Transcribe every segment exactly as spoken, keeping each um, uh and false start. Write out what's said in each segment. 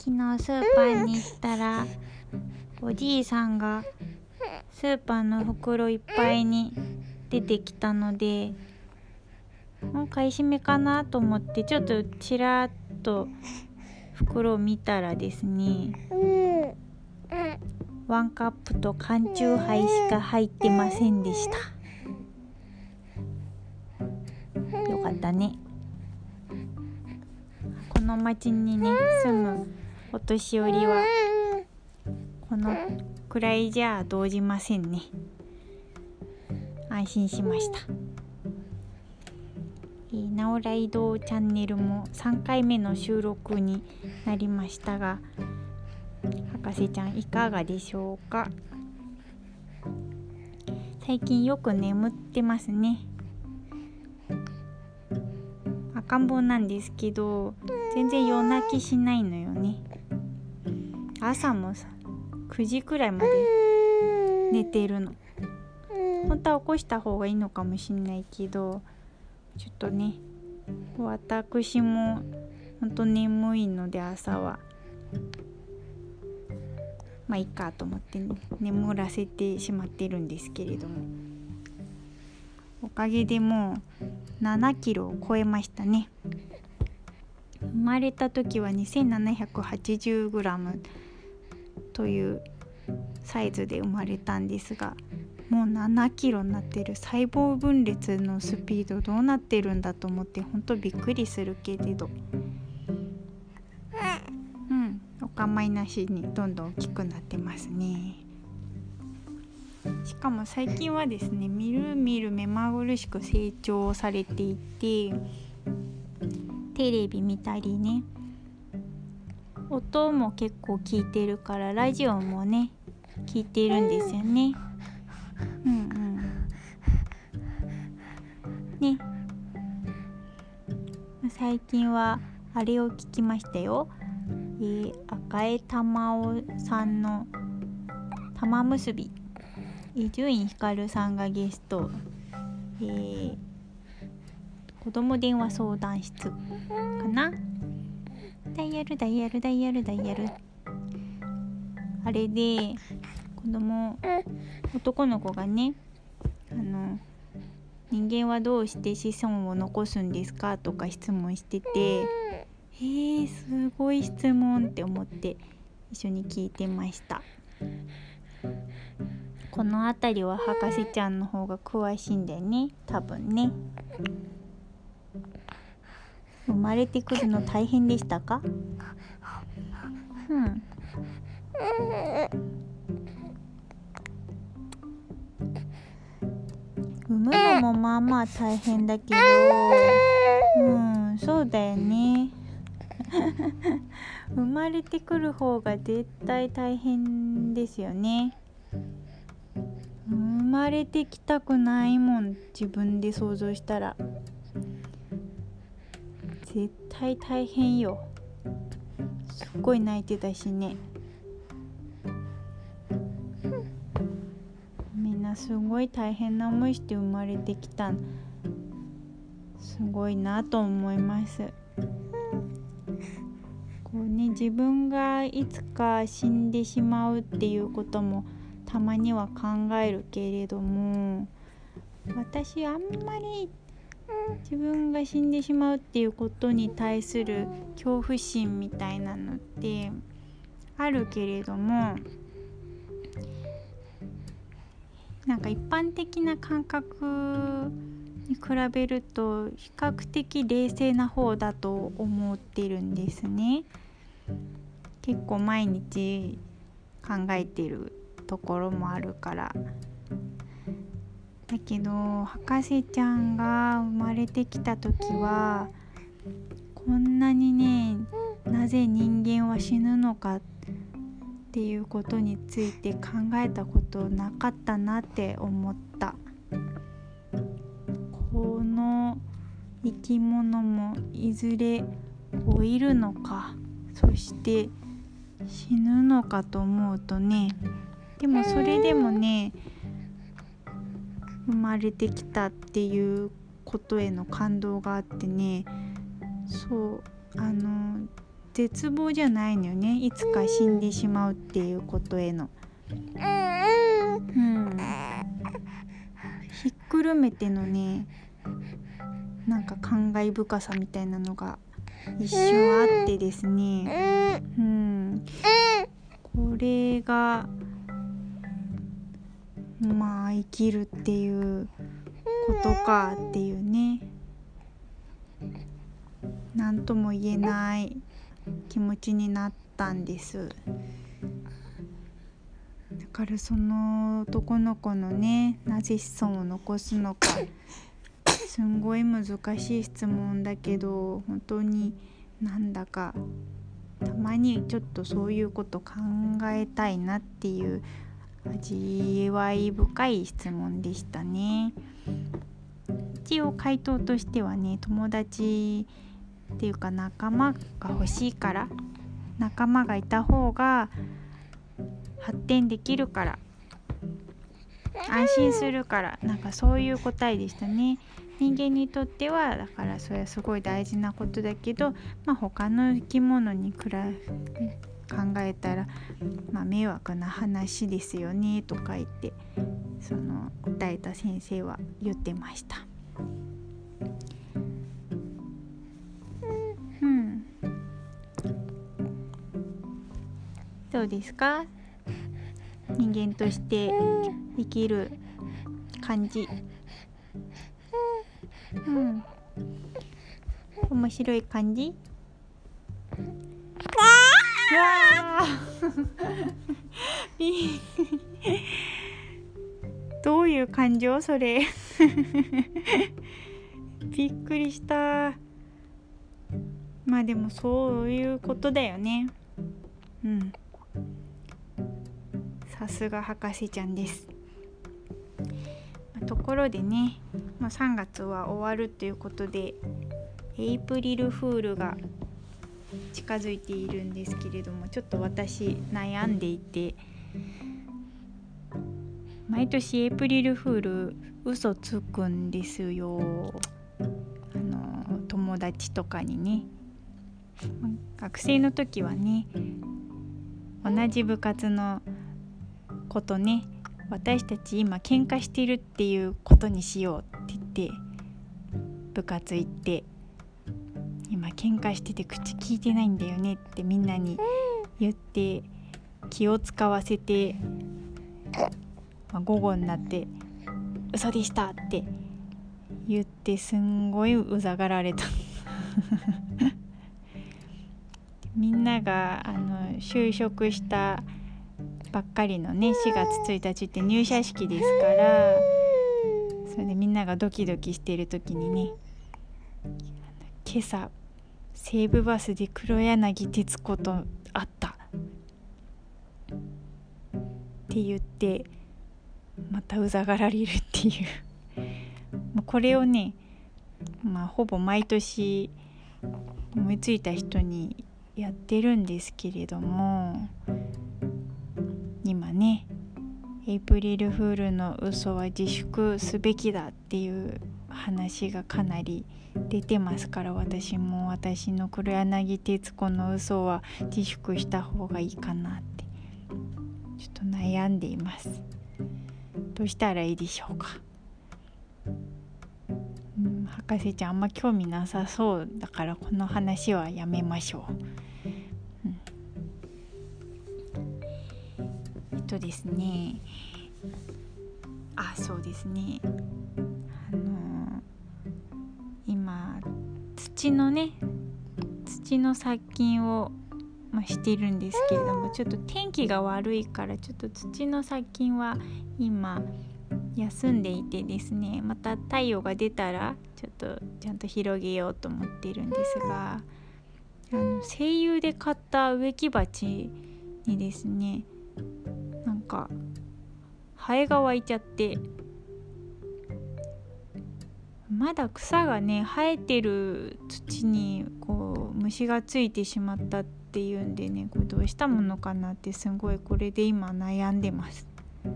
昨日スーパーに行ったらおじいさんがスーパーの袋いっぱいに出てきたので、もう買い占めかなと思ってちょっとちらっと袋を見たらですね、ワンカップと缶チューハイしか入ってませんでした。よかったね。この町にね住むお年寄りはこのくらいじゃ動じませんね。安心しました。えー、なおライドチャンネルもさんかいめの収録になりましたが、博士ちゃんいかがでしょうか。最近よく眠ってますね。赤ん坊なんですけど全然夜泣きしないのよね。朝もさくじくらいまで寝てるの。本当は起こした方がいいのかもしれないけど、ちょっとね私も本当眠いので朝はまあいいかと思って、ね、眠らせてしまってるんですけれども、おかげでもうななキロを超えましたね。生まれた時はにせんななひゃくはちじゅうグラムというサイズで生まれたんですが、もうななキロになってる。細胞分裂のスピードどうなってるんだと思って本当びっくりするけれど、うんお構いなしにどんどん大きくなってますね。しかも最近はですねみるみる目まぐるしく成長されていて、テレビ見たりね、音も結構聞いてるからラジオもね聞いているんですよね。うんうんね。最近はあれを聞きましたよ。えー、赤江玉緒さんの玉結び、伊集院光さんがゲスト、えー、子供電話相談室かな。ダイヤルダイヤルダイヤルダイヤル、あれで子供男の子がね、あの人間はどうして子孫を残すんですかとか質問してて、へーすごい質問って思って一緒に聞いてました。このあたりは博士ちゃんの方が詳しいんだよね、多分ね。生まれてくるの大変でしたか？うん産むのもまあまあ大変だけど、うんそうだよね生まれてくる方が絶対大変ですよね。生まれてきたくないもん、自分で想像したら絶対大変よ。すっごい泣いてたしね。みんなすごい大変な思いして生まれてきた、すごいなと思います。こうね、自分がいつか死んでしまうっていうこともたまには考えるけれども、私あんまり自分が死んでしまうっていうことに対する恐怖心みたいなのってあるけれども、なんか一般的な感覚に比べると比較的冷静な方だと思ってるんですね。結構毎日考えてるところもあるから。だけど博士ちゃんが生まれてきた時はこんなにね、なぜ人間は死ぬのかっていうことについて考えたことなかったなって思った。この生き物もいずれ老いるのか、そして死ぬのかと思うとね、でもそれでもね、生まれてきたっていうことへの感動があってね、そうあの絶望じゃないのよね。いつか死んでしまうっていうことへの、うん、ひっくるめてのね、なんか感慨深さみたいなのが一瞬あってですね、うん、これがまあ生きるっていうことかっていうね、なんとも言えない気持ちになったんです。だからその男の子のね、なぜ子孫を残すのか、すんごい難しい質問だけど、本当になんだかたまにちょっとそういうこと考えたいなっていう味わい深い質問でしたね。一応回答としてはね、友達っていうか仲間が欲しいから、仲間がいた方が発展できるから、安心するから、なんかそういう答えでしたね。人間にとってはだからそれはすごい大事なことだけど、まあ、他の生き物に比べ考えたら、まあ、迷惑な話ですよねとか言って、その答えた先生は言ってました。うん、どうですか？人間として生きる感じ。うん、面白い感じ。わどういう感情それびっくりした。まあでもそういうことだよね。うん、さすが博士ちゃんです。ところでね、まあ、さんがつは終わるということでエイプリルフールが近づいているんですけれども、ちょっと私悩んでいて、毎年エイプリルフール嘘つくんですよ。あの友達とかにね。学生の時はね、同じ部活の子とね、私たち今喧嘩してるっていうことにしようって言って部活行って、今喧嘩してて口聞いてないんだよねってみんなに言って気を使わせて、まあ、午後になって嘘でしたって言ってすんごいうざがられたみんながあの就職したばっかりのねしがつついたちって入社式ですから、それでみんながドキドキしている時にね、今朝西武バスで黒柳徹子と会ったって言ってまたうざがられるっていうこれをね、まあほぼ毎年思いついた人にやってるんですけれども、今ねエイプリルフールの嘘は自粛すべきだっていう話がかなり出てますから、私も私の黒柳徹子の嘘は自粛した方がいいかなってちょっと悩んでいます。どうしたらいいでしょうか。うん、博士ちゃんあんま興味なさそうだからこの話はやめましょう。うん、えっとですねあそうですねあの今土のね土の殺菌を、まあ、しているんですけれども、ちょっと天気が悪いからちょっと土の殺菌は今休んでいてですね、また太陽が出たらちょっとちゃんと広げようと思っているんですが、あの西友で買った植木鉢にですね、なんかハエが湧いちゃって、まだ草がね生えてる土にこう虫がついてしまったっていうんでね、これどうしたものかなってすごいこれで今悩んでます。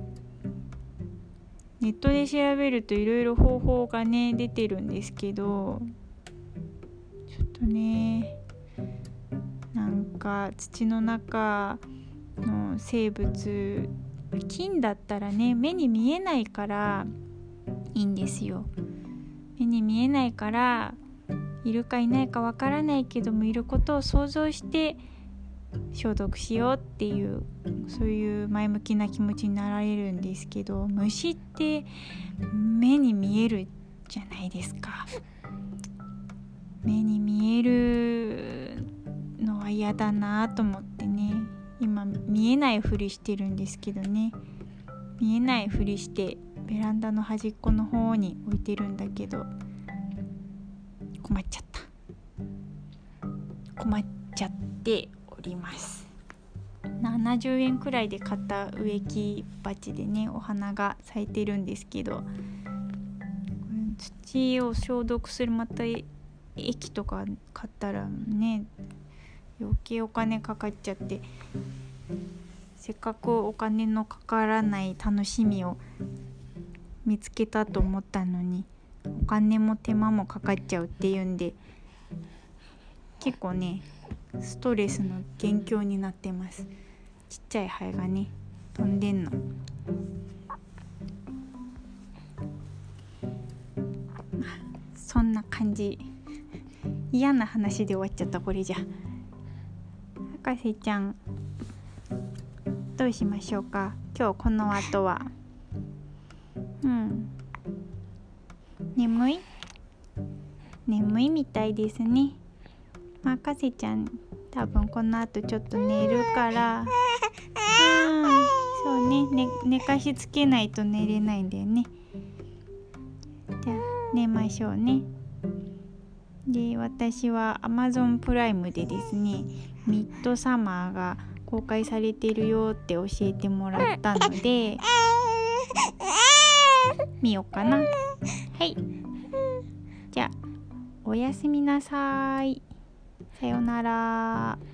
ネットで調べるといろいろ方法がね出てるんですけど、ちょっとねなんか土の中の生物、菌だったらね目に見えないからいいんですよ。目に見えないからいるかいないかわからないけども、いることを想像して消毒しようっていう、そういう前向きな気持ちになられるんですけど、虫って目に見えるじゃないですか。目に見えるのは嫌だなと思ってね、今見えないふりしてるんですけどね、見えないふりしてベランダの端っこの方に置いてるんだけど、困っちゃった困っちゃっております。ななじゅうえんくらいで買った植木鉢でねお花が咲いてるんですけど、土を消毒するまた液とか買ったらね余計お金かかっちゃって、せっかくお金のかからない楽しみを見つけたと思ったのに、お金も手間もかかっちゃうっていうんで、結構ねストレスの元凶になってます。ちっちゃいハエがね飛んでんの。そんな感じ。嫌な話で終わっちゃった。これじゃ博士ちゃんどうしましょうか。今日この後はうん眠い眠いみたいですね。まあ博士ちゃん多分この後ちょっと寝るからうんそうね、ね寝かしつけないと寝れないんだよね。じゃあ寝ましょうね。で、私は Amazon プライムでですね、ミッドサマーが公開されているよって教えてもらったので見ようかな。はい、じゃあおやすみなさい。さよなら。